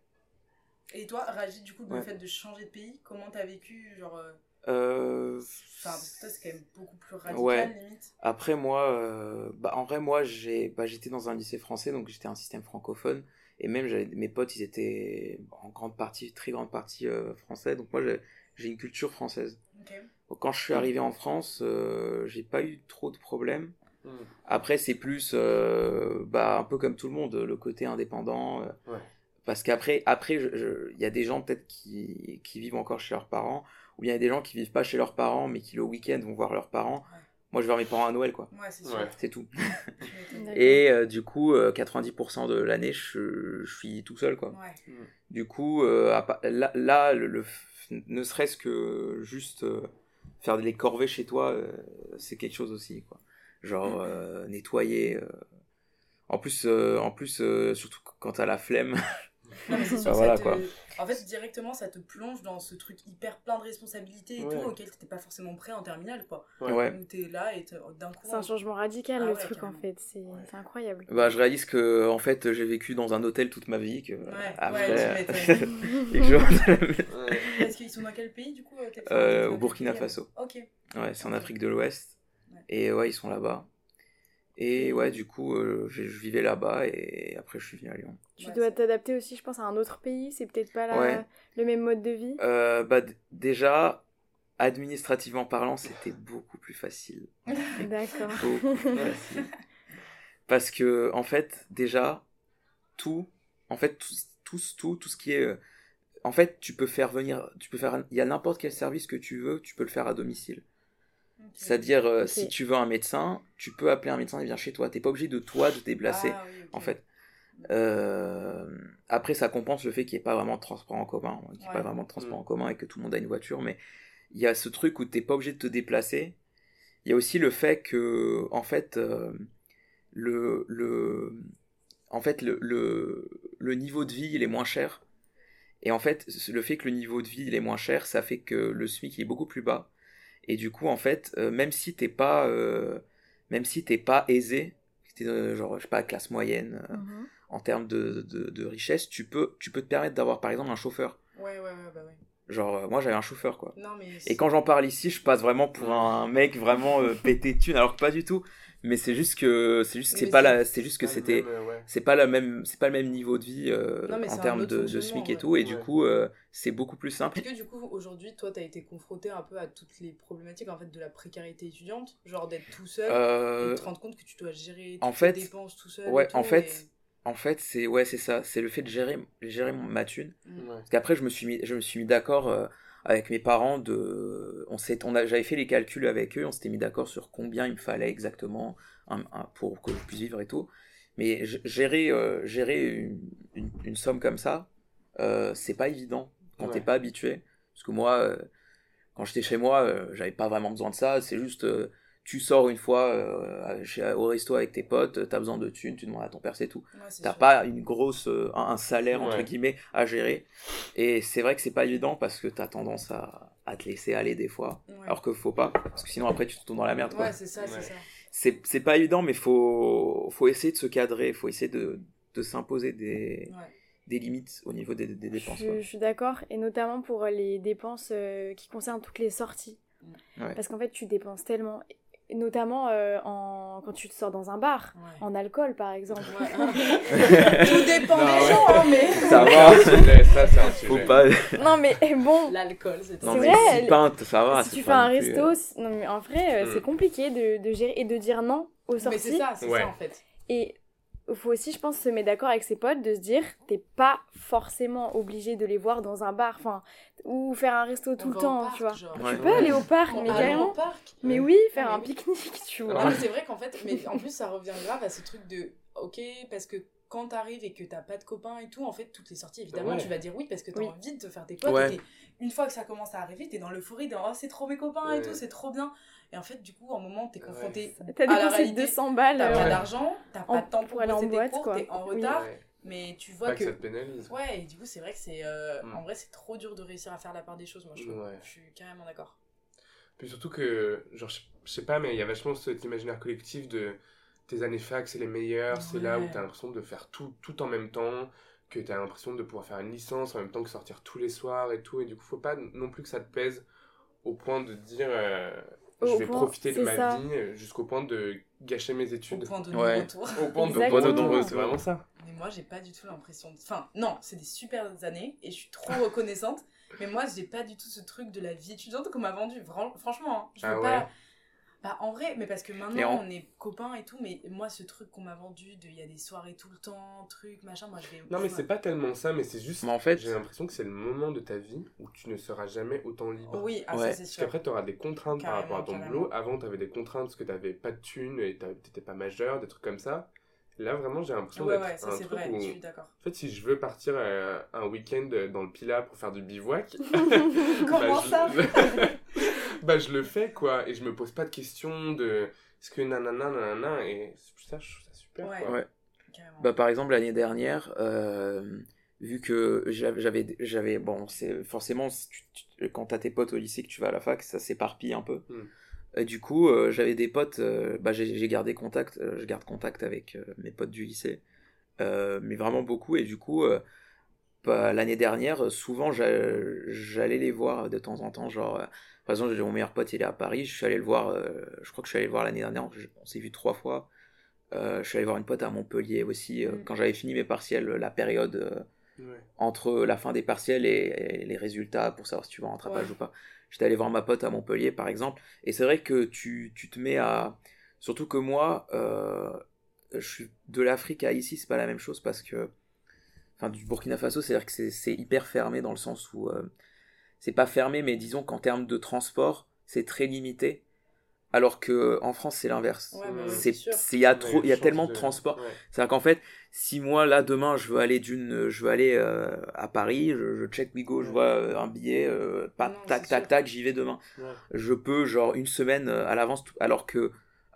Et toi, Raji, du coup, le fait de changer de pays, comment t'as vécu genre parce que toi, c'est quand même beaucoup plus radical limite. Après moi, en vrai moi j'étais dans un lycée français, donc j'étais un système francophone. Et même mes potes, ils étaient en très grande partie français. Donc moi j'ai une culture française. Donc, quand je suis arrivé en France, j'ai pas eu trop de problèmes. Après, c'est plus un peu comme tout le monde, le côté indépendant. Parce qu'après, il y a des gens peut-être qui vivent encore chez leurs parents, ou bien il y a des gens qui vivent pas chez leurs parents, mais qui le week-end vont voir leurs parents. Moi, je vais voir mes parents à Noël, quoi. C'est tout. Et du coup, 90% de l'année, je suis tout seul, quoi. Du coup, là, ne serait-ce que juste faire des corvées chez toi, c'est quelque chose aussi, quoi. Genre nettoyer. En plus, surtout quand t'as la flemme. Non, mais c'est sûr, voilà, quoi. En fait, directement, ça te plonge dans ce truc hyper plein de responsabilités et tout, auquel t'étais pas forcément prêt en terminale, quoi. Où t'es là et d'un coup... C'est un changement radical, le truc, carrément. En fait. C'est incroyable. Bah, je réalise que, en fait, j'ai vécu dans un hôtel toute ma vie. Que, après, Est-ce qu'ils sont dans quel pays, du coup au Burkina Faso. Ok. Ouais, c'est en Afrique de l'Ouest. Et ils sont là-bas. Et du coup, je vivais là-bas et après je suis venu à Lyon. Tu dois t'adapter aussi, je pense, à un autre pays. C'est peut-être pas le même mode de vie. Déjà, administrativement parlant, c'était beaucoup plus facile. D'accord. Beaucoup plus facile. Parce que, en fait, déjà, tout ce qui est... en fait, il y a n'importe quel service que tu veux, tu peux le faire à domicile. C'est-à-dire, si tu veux un médecin, tu peux appeler un médecin, il vient chez toi. T'es pas obligé de te déplacer, en fait. Après, ça compense le fait qu'il n'y ait pas vraiment de transport en commun, et que tout le monde a une voiture, mais il y a ce truc où t'es pas obligé de te déplacer. Il y a aussi le fait que, en fait, le niveau de vie, il est moins cher. Et en fait, le fait que le niveau de vie, il est moins cher, ça fait que le SMIC il est beaucoup plus bas. Et du coup, en fait, même si t'es pas aisé, genre, je sais pas, classe moyenne, en termes de richesse, tu peux te permettre d'avoir par exemple un chauffeur. Ouais, bah ouais. Genre, moi j'avais un chauffeur quoi. Non, mais Et quand j'en parle ici, je passe vraiment pour un mec vraiment pété de thunes, alors que pas du tout. Mais c'est juste que Mais c'est juste que Pas le c'était même, ouais. c'est pas le même niveau de vie Non, mais en c'est un termes autre de fonctionnement, SMIC et ouais. tout, et du Ouais. coup c'est beaucoup plus simple. Est-ce que du coup, aujourd'hui, toi, t'as été confronté un peu à toutes les problématiques en fait de la précarité étudiante, genre d'être tout seul et de te rendre compte que tu dois gérer en toutes fait, tes dépenses tout seul ouais, et tout, en fait c'est ça, c'est le fait de gérer ma thune. Ouais. Parce qu'après je me suis mis d'accord avec mes parents j'avais fait les calculs avec eux, on s'était mis d'accord sur combien il me fallait exactement pour que je puisse vivre et tout. Mais gérer une somme comme ça, c'est pas évident quand t'es Ouais. pas habitué. Parce que moi, quand j'étais chez moi, j'avais pas vraiment besoin de ça. C'est juste, tu sors une fois au resto avec tes potes, t'as besoin de thunes, tu demandes à ton père, c'est tout. ouais, c'est T'as sûr. pas une grosse, un salaire entre Ouais. guillemets à gérer. Et c'est vrai que c'est pas évident parce que t'as tendance à te laisser aller des fois. Ouais. Alors que faut pas, parce que sinon après tu te retrouves dans la merde quoi. Ouais, c'est ça, Ouais. c'est ça. C'est pas évident, mais faut essayer de se cadrer, faut essayer de s'imposer Ouais. des limites au niveau des dépenses. quoi. Je suis d'accord, et notamment pour les dépenses qui concernent toutes les sorties. Ouais. Parce qu'en fait, tu dépenses tellement, et notamment quand tu te sors dans un bar, Ouais. en alcool par exemple. Ouais. Tout dépend Non, des ouais. gens, hein, mais. Ça va, Ça, c'est un sujet. faut pas. Non mais bon, L'alcool, c'est Non C'est mais vrai, 6 pintes, ça va. si c'est tu fais pas un non plus, resto, non mais en vrai, c'est compliqué de gérer et de dire non aux Mais sorties. c'est ça Ouais. en fait. Et il faut aussi, je pense, se mettre d'accord avec ses potes, de se dire, t'es pas forcément obligé de les voir dans un bar, enfin, ou faire un resto tout On le va au temps, parc, tu vois. genre. Ouais. Tu peux aller au parc, mais Aller carrément. au parc. Mais Ouais. oui, faire Ouais, un mais- pique-nique, tu vois. Non, mais c'est vrai qu'en fait, mais en plus, ça revient grave à ce truc de, ok, parce que quand t'arrives et que t'as pas de copains et tout, en fait, toutes les sorties, évidemment, Ouais. tu vas dire oui parce que t'as Oui. envie de te faire tes potes. Ouais. Et une fois que ça commence à arriver, t'es dans l'euphorie de, oh, c'est trop mes copains et Ouais. tout, c'est trop bien. Et en fait, du coup, à un moment, t'es confronté T'as à la dépensé réalité. 200 balles T'as pas Ouais. d'argent, t'as pas de temps pour aller en bosser tes boîte, cours, quoi. t'es en Oui. retard, Ouais. mais tu vois Pas que ça que. te pénalise. Ouais, et du coup, c'est vrai que c'est. Mm. En vrai, c'est trop dur de réussir à faire la part des choses, moi, je trouve. Ouais. Je suis carrément d'accord. Puis surtout que, genre, je sais pas, mais il y a vachement cet imaginaire collectif de tes années fac, c'est les meilleures, c'est là où Ouais. t'as l'impression de faire tout en même temps, que t'as l'impression de pouvoir faire une licence en même temps que sortir tous les soirs et tout, et du coup, faut pas non plus que ça te pèse au point de dire je Au vais point, profiter de c'est ma ça. vie jusqu'au point de gâcher mes Au études. point de Ouais. non-retour. Au point de Exactement. point de non-retour, c'est vraiment ça. Mais moi, j'ai pas du tout l'impression. Enfin, non, c'est des super années et je suis trop reconnaissante. Mais moi, j'ai pas du tout ce truc de la vie étudiante qu'on m'a vendu. Franchement, hein, je veux Ah pas. ouais. Bah, en vrai, mais parce que Et maintenant, on est copains et tout. Mais moi, ce truc qu'on m'a vendu de il y a des soirées tout le temps, truc, machin, moi, je vais. Non, mais c'est pas tellement ça, mais c'est juste. Mais en fait- j'ai l'impression que c'est le moment de ta vie où tu ne seras jamais autant libre. Oui, ah, Ouais. ça, c'est Parce sûr. qu'après, tu auras des contraintes par rapport à ton Carrément. boulot. Avant, tu avais des contraintes parce que tu n'avais pas de thunes et tu n'étais pas majeur, des trucs comme ça. Là, vraiment, j'ai l'impression Ouais, d'être ouais, ça, un c'est truc vrai, où... je suis d'accord. En fait, si je veux partir un week-end dans le Pilat pour faire du bivouac... Comment je- ça bah, je le fais, quoi. Et je me pose pas de questions de... Est-ce que nanana... Et ça, je trouve ça super, Ouais. quoi. Ouais. Carrément. Bah, par exemple, l'année dernière, vu que j'avais bon, c'est forcément quand t'as tes potes au lycée que tu vas à la fac, ça s'éparpille un peu. Et du coup, j'avais des potes, bah, j'ai gardé contact, je garde contact avec mes potes du lycée, mais vraiment beaucoup. Et du coup, bah, l'année dernière, souvent j'allais les voir de temps en temps. Genre, par exemple, j'ai mon meilleur pote, il est à Paris, je suis allé le voir, je crois que je suis allé le voir l'année dernière, on s'est vu 3 fois. Je suis allé voir une pote à Montpellier aussi, quand j'avais fini mes partiels, la période Ouais. entre la fin des partiels et les résultats pour savoir si tu vas en rattrapage Ouais. ou pas. J'étais allé voir ma pote à Montpellier par exemple, et c'est vrai que tu te mets à... Surtout que moi, je suis de l'Afrique à ici, c'est pas la même chose parce que... Enfin, du Burkina Faso, c'est-à-dire que c'est hyper fermé dans le sens où... c'est pas fermé, mais disons qu'en termes de transport, c'est très limité. Alors que en France, c'est l'inverse. Ouais, bah oui, C'est, c'est sûr. il y a trop, il y a chance tellement de transports. Ouais. C'est-à-dire qu'en fait, si moi là demain je veux aller à Paris, je check Wigo, je Ouais. vois un billet, Non, tac c'est tac sûr. tac, j'y vais demain. Ouais. Je peux genre une semaine à l'avance, alors que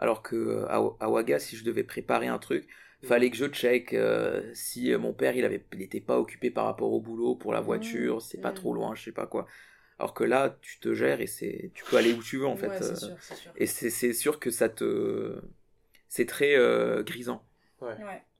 à Ouaga, si je devais préparer un truc, fallait que je check si mon père il était pas occupé par rapport au boulot pour la voiture, c'est pas Mmh. trop loin, je sais pas quoi. Alors que là, tu te gères et tu peux aller où tu veux en fait. Ouais, c'est sûr, c'est sûr. Et c'est sûr que c'est très grisant. Ouais. Ouais.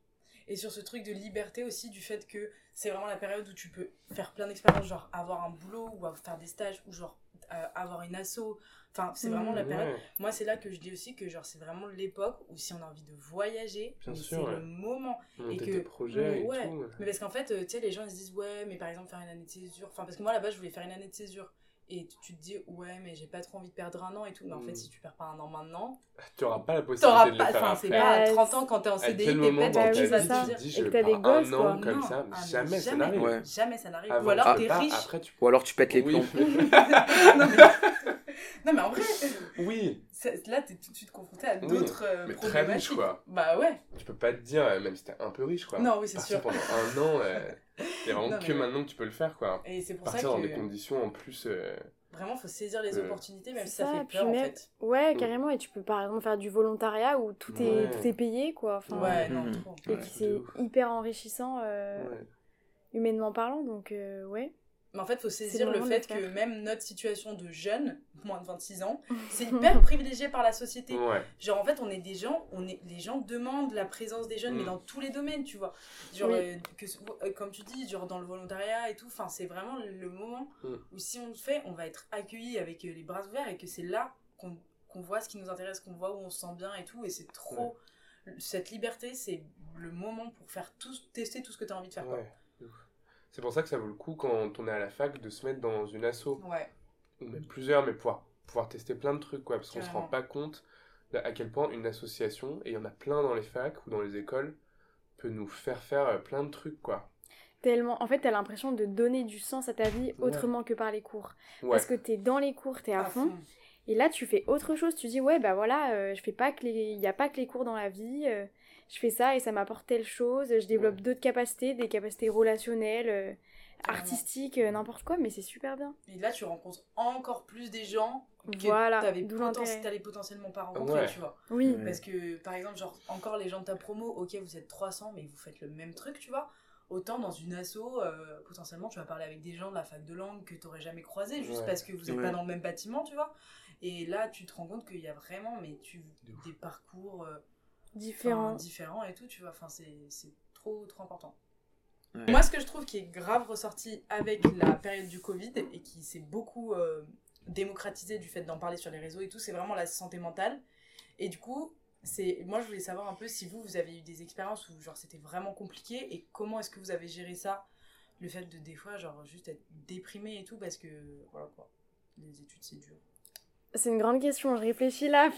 Et sur ce truc de liberté aussi, du fait que c'est vraiment la période où tu peux faire plein d'expériences, genre avoir un boulot ou faire des stages ou genre avoir une asso. Enfin, c'est vraiment la période. Ouais. Moi, c'est là que je dis aussi que genre c'est vraiment l'époque où si on a envie de voyager, Bien mais sûr, c'est le moment. Monter Et que, tes projets ouais, et tout. mais parce qu'en fait, tu sais, les gens ils se disent ouais, mais par exemple faire une année de césure. Enfin, parce que moi là-bas, je voulais faire une année de césure. Et tu te dis ouais, mais j'ai pas trop envie de perdre un an et tout. Mais en fait, si tu perds pas un an maintenant, Tu n'auras pas la t'auras possibilité de le pas. faire Enfin, c'est après. pas à Ouais, 30 ans quand t'es en À CDI, quel t'es moment bête, dans bah ta oui, vie c'est ça. tu te dis Et je que vais t'as des faire gosses, un quoi. an comme Non, ça? mais Jamais ça jamais. n'arrive. Ouais. Jamais ça n'arrive. Avant, Ou alors tu t'es peux pas, riche. Après, tu... Ou alors tu pètes les Oui. plombs. non, mais... non, mais en vrai, Oui, là t'es tout de suite confronté à Oui, d'autres mais très riche, problématiques. quoi. Bah ouais. tu peux pas te dire, même si t'es un peu riche, quoi. Non, oui, c'est Partir sûr. pendant un an, il y a vraiment Non, que mais ouais. maintenant que tu peux le faire, quoi. Et c'est pour ça Partir dans des que conditions en plus. vraiment faut saisir les opportunités, même si C'est ça fait puis peur en même- fait. Ouais, carrément, et tu peux par exemple faire du volontariat où tout Ouais. est payé, quoi. Enfin, Ouais, non, Mhm. trop. et Ouais, puis de c'est ouf. hyper enrichissant, Ouais. humainement parlant, donc ouais. Mais en fait, faut C'est saisir le le moment de fait le que faire. même notre situation de jeune, moins de 26 ans, c'est hyper privilégié par la société. Ouais. Genre, en fait, on est des gens, les gens demandent la présence des jeunes, mais dans tous les domaines, tu vois. Genre, Oui. comme tu dis, genre dans le volontariat et tout, enfin, c'est vraiment le moment Mm. où si on le fait, on va être accueillis avec les bras ouverts et que c'est là qu'on voit ce qui nous intéresse, qu'on voit où on se sent bien et tout, et c'est trop. Cette liberté, c'est le moment pour faire tester tout ce que tu as envie de faire, quoi. Ouais. De ouf. C'est pour ça que ça vaut le coup quand on est à la fac de se mettre dans une asso, Ouais. ou même plusieurs, mais pouvoir tester plein de trucs, quoi, parce qu'on se rend Carrément. pas compte à quel point une association, et il y en a plein dans les facs ou dans les écoles, peut nous faire plein de trucs, quoi. Tellement, en fait, t'as l'impression de donner du sens à ta vie autrement que par les cours. Ouais. Parce que t'es dans les cours, t'es à fond. Et là, tu fais autre chose. Tu dis, ouais, bah voilà, je fais pas que il y a pas que les cours dans la vie. Je fais ça et ça m'apporte telle chose. Je développe d'autres capacités, des capacités relationnelles, artistiques, n'importe quoi. Mais c'est super bien. Et là, tu rencontres encore plus des gens que Voilà, t'allais d'où l'intérêt. potentiellement pas rencontrer, Ouais. tu vois. Oui, Ouais. Parce que, par exemple, genre, encore les gens de ta promo, ok, vous êtes 300, mais vous faites le même truc, tu vois. Autant dans une asso, potentiellement, tu vas parler avec des gens de la fac de langue que t'aurais jamais croisé, juste Ouais. parce que vous êtes Ouais. pas dans le même bâtiment, tu vois. Et là, tu te rends compte qu'il y a vraiment, De ouf. des parcours différent. différents et tout, tu vois. Enfin, c'est trop, trop important. Ouais. Moi, ce que je trouve qui est grave ressorti avec la période du Covid et qui s'est beaucoup démocratisé du fait d'en parler sur les réseaux et tout, c'est vraiment la santé mentale. Et du coup, moi, je voulais savoir un peu si vous avez eu des expériences où genre c'était vraiment compliqué et comment est-ce que vous avez géré ça, le fait de des fois genre juste être déprimé et tout parce que voilà quoi, les études c'est dur. C'est une grande question, je réfléchis là,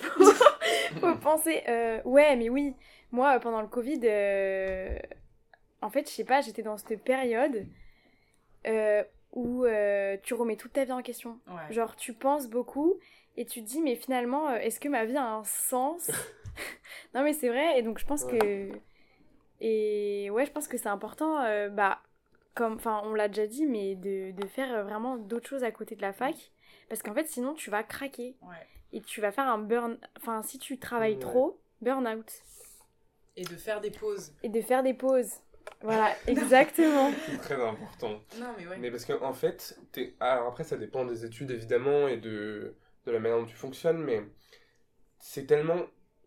faut penser. Ouais, mais oui, moi, pendant le Covid, en fait, je sais pas, j'étais dans cette période où tu remets toute ta vie en question. Ouais. Genre, tu penses beaucoup et tu te dis, mais finalement, est-ce que ma vie a un sens? Non, mais c'est vrai, et donc je pense que... Et ouais, je pense que c'est important, on l'a déjà dit, mais de faire vraiment d'autres choses à côté de la fac. Parce qu'en fait, sinon, tu vas craquer. Ouais. Et tu vas faire un burn... Enfin, si tu travailles trop, burn-out. Et de faire des pauses. Et de faire des pauses. Voilà, exactement. C'est très important. Non mais ouais. Mais parce qu'en fait, alors après, ça dépend des études évidemment et de la manière dont tu fonctionnes, mais c'est tellement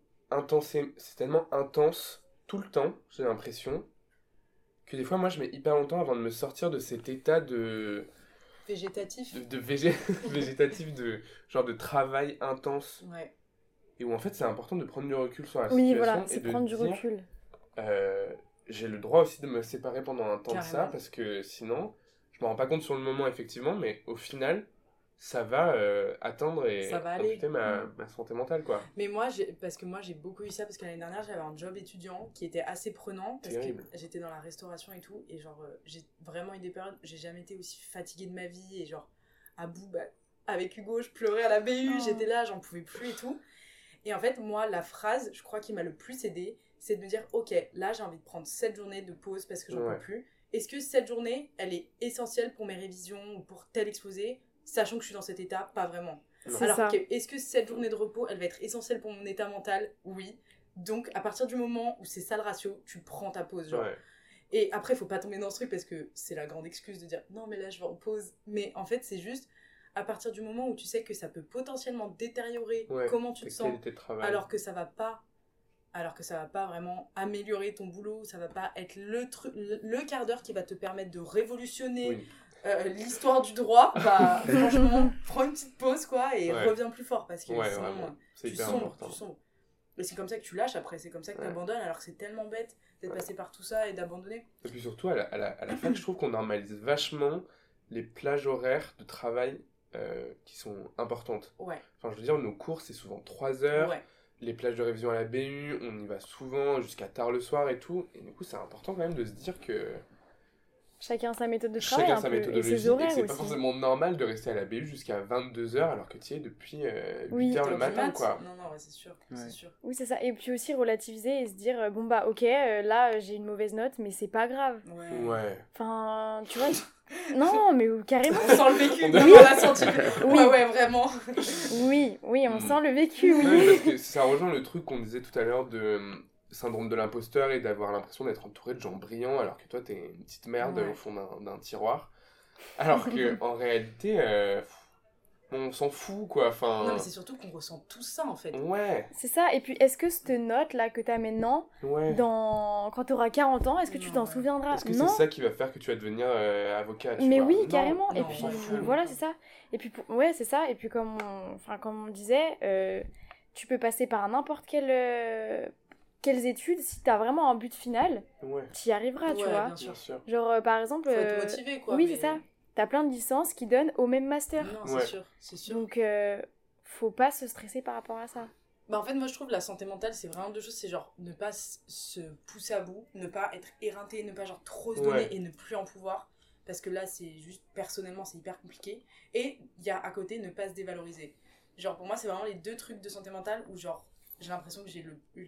intense tout le temps, j'ai l'impression, que des fois, moi, je mets hyper longtemps avant de me sortir de cet état Végétatif. végétatif, de genre de travail intense, Ouais. et où en fait, c'est important de prendre du recul sur la Oui, situation voilà, et c'est de prendre du dire, recul. j'ai le droit aussi de me séparer pendant un temps de ça, Carrément. parce que sinon, je me rends pas compte sur le moment, effectivement, mais au final, ça va atteindre et Ça va aller. affecter ma santé mentale, quoi. Mais parce que moi j'ai beaucoup eu ça parce que l'année dernière j'avais un job étudiant qui était assez prenant parce Terrible. que j'étais dans la restauration et tout et genre j'ai vraiment eu des périodes, j'ai jamais été aussi fatiguée de ma vie et genre à bout, avec Hugo je pleurais à la BU, j'étais là, j'en pouvais plus et tout. Et en fait moi la phrase je crois qui m'a le plus aidée c'est de me dire ok là j'ai envie de prendre 7 journées de pause parce que j'en peux plus. Est-ce que cette journée elle est essentielle pour mes révisions ou pour tel exposé? Sachant que je suis dans cet état, pas vraiment. C'est Alors, ça. est-ce que cette journée de repos, elle va être essentielle pour mon état mental? Oui. Donc, à partir du moment où c'est ça le ratio, tu prends ta pause, genre. Ouais. Et après, il faut pas tomber dans ce truc parce que c'est la grande excuse de dire non, mais là, je vais en pause. Mais en fait, c'est juste à partir du moment où tu sais que ça peut potentiellement détériorer comment tu te sens, qualité de travail. alors que ça va pas alors que ça va pas vraiment améliorer ton boulot, ça va pas être le quart d'heure qui va te permettre de révolutionner l'histoire du droit, bah franchement, prends une petite pause quoi et reviens plus fort parce que sinon c'est tu hyper sombres, important. tu sombres. Et c'est comme ça que tu lâches après, c'est comme ça que t'abandonnes alors que c'est tellement bête d'être passé par tout ça et d'abandonner. Et puis surtout, à la fac, je trouve qu'on normalise vachement les plages horaires de travail qui sont importantes. Ouais. Enfin, je veux dire, nos cours, c'est souvent 3 heures. Ouais. Les plages de révision à la BU, on y va souvent jusqu'à tard le soir et tout. Et du coup, c'est important quand même de se dire que Chacun sa méthode de travail, chacun un sa peu, méthodologie, et ses et horaires que c'est aussi. pas forcément normal de rester à la BU jusqu'à 22h alors que tu y es depuis 8h le matin, quoi. Non, c'est sûr, c'est sûr. Oui, c'est ça. Et puis aussi relativiser et se dire, bon bah ok, là j'ai une mauvaise note, mais c'est pas grave. Ouais. Enfin, tu vois... Non, mais carrément. On sent le vécu, On l'a senti. Oui. Ouais, vraiment. Oui, on sent le vécu, oui. Ouais, parce que ça rejoint le truc qu'on disait tout à l'heure de syndrome de l'imposteur et d'avoir l'impression d'être entouré de gens brillants alors que toi t'es une petite merde au fond d'un tiroir. Alors que en réalité, on s'en fout quoi. Enfin... Non, mais c'est surtout qu'on ressent tout ça en fait. Ouais. C'est ça. Et puis, est-ce que cette note là que t'as maintenant, quand t'auras 40 ans, est-ce que tu t'en souviendras? Est-ce que Non. c'est ça qui va faire que tu vas devenir avocat? Mais vois? oui, Non. carrément. Non, Et puis on s'en fout. voilà, c'est ça. Et puis c'est ça. Et puis comme on disait, tu peux passer par n'importe quelles études, si t'as vraiment un but final, t'y arriveras, tu vois. Bien sûr. Genre par exemple, faut être motivé quoi. oui, mais... c'est ça. T'as plein de licences qui donnent au même master. Non, c'est sûr. Donc faut pas se stresser par rapport à ça. Bah en fait moi je trouve la santé mentale c'est vraiment deux choses, c'est genre ne pas se pousser à bout, ne pas être éreinté, ne pas genre trop se donner et ne plus en pouvoir, parce que là c'est juste personnellement c'est hyper compliqué, et il y a à côté ne pas se dévaloriser. Genre pour moi c'est vraiment les deux trucs de santé mentale où genre j'ai l'impression que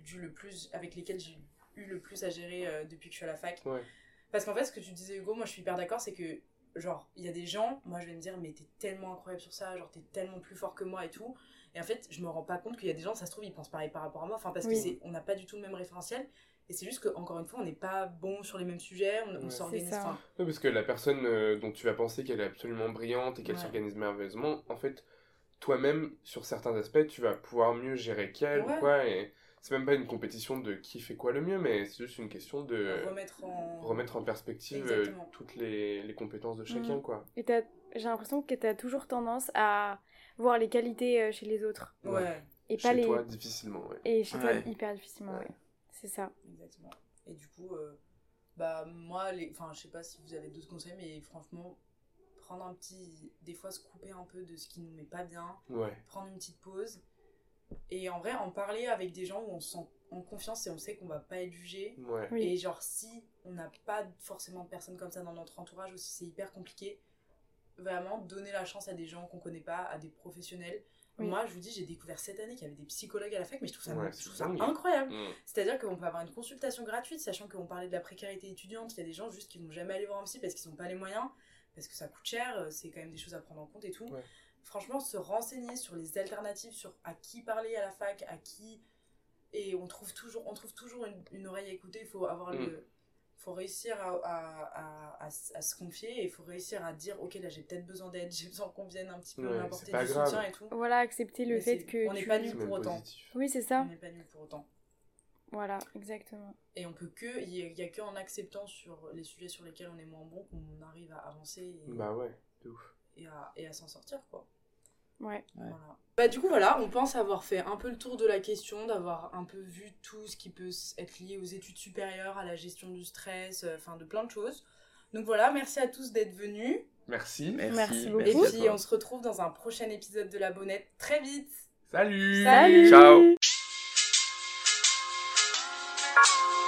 avec lesquels j'ai eu le plus à gérer depuis que je suis à la fac. Parce qu'en fait ce que tu disais Hugo, moi je suis hyper d'accord, c'est que genre il y a des gens, moi je vais me dire mais t'es tellement incroyable sur ça, genre t'es tellement plus fort que moi et tout, et en fait je me rends pas compte qu'il y a des gens, ça se trouve ils pensent pareil par rapport à moi, enfin parce que on n'a pas du tout le même référentiel, et c'est juste qu'encore une fois on n'est pas bon sur les mêmes sujets, on s'organise parce que la personne dont tu vas penser qu'elle est absolument brillante et qu'elle s'organise merveilleusement, en fait toi-même sur certains aspects tu vas pouvoir mieux gérer qu'elle ou quoi, et c'est même pas une compétition de qui fait quoi le mieux, mais c'est juste une question de remettre en perspective toutes les compétences de chacun, quoi. Et j'ai l'impression que t'as toujours tendance à voir les qualités chez les autres. Et pas chez toi, difficilement, Et chez toi, hyper difficilement, C'est ça. Exactement. Et du coup, bah, moi, enfin, je sais pas si vous avez d'autres conseils, mais franchement, prendre des fois se couper un peu de ce qui nous met pas bien, prendre une petite pause, et en vrai, en parler avec des gens où on se sent en confiance et on sait qu'on va pas être jugé. Et genre, si on n'a pas forcément de personnes comme ça dans notre entourage aussi, c'est hyper compliqué. Vraiment, donner la chance à des gens qu'on connaît pas, à des professionnels. Moi, je vous dis, j'ai découvert cette année qu'il y avait des psychologues à la fac, mais je trouve ça incroyable. C'est-à-dire qu'on peut avoir une consultation gratuite, sachant qu'on parlait de la précarité étudiante. Il y a des gens juste qui vont jamais aller voir un psy parce qu'ils n'ont pas les moyens, parce que ça coûte cher, c'est quand même des choses à prendre en compte et tout. Franchement, se renseigner sur les alternatives, sur à qui parler à la fac, à qui... Et on trouve toujours une oreille à écouter. Il faut avoir faut réussir à se confier, et il faut réussir à dire ok, là j'ai peut-être besoin d'aide, j'ai besoin qu'on vienne un petit peu m'apporter du soutien et tout. Voilà, accepter le fait que on n'est pas nul pour autant. Oui, c'est ça. On n'est pas nul pour autant. Voilà, exactement. Et on peut il y a que en acceptant sur les sujets sur lesquels on est moins bon qu'on arrive à avancer bah ouais, de ouf. Et à s'en sortir, quoi. Voilà. Bah du coup voilà, on pense avoir fait un peu le tour de la question, d'avoir un peu vu tout ce qui peut être lié aux études supérieures, à la gestion du stress, enfin de plein de choses. Donc voilà, merci à tous d'être venus. Merci beaucoup. Et puis on se retrouve dans un prochain épisode de La Bonnette très vite. Salut. Salut. Ciao.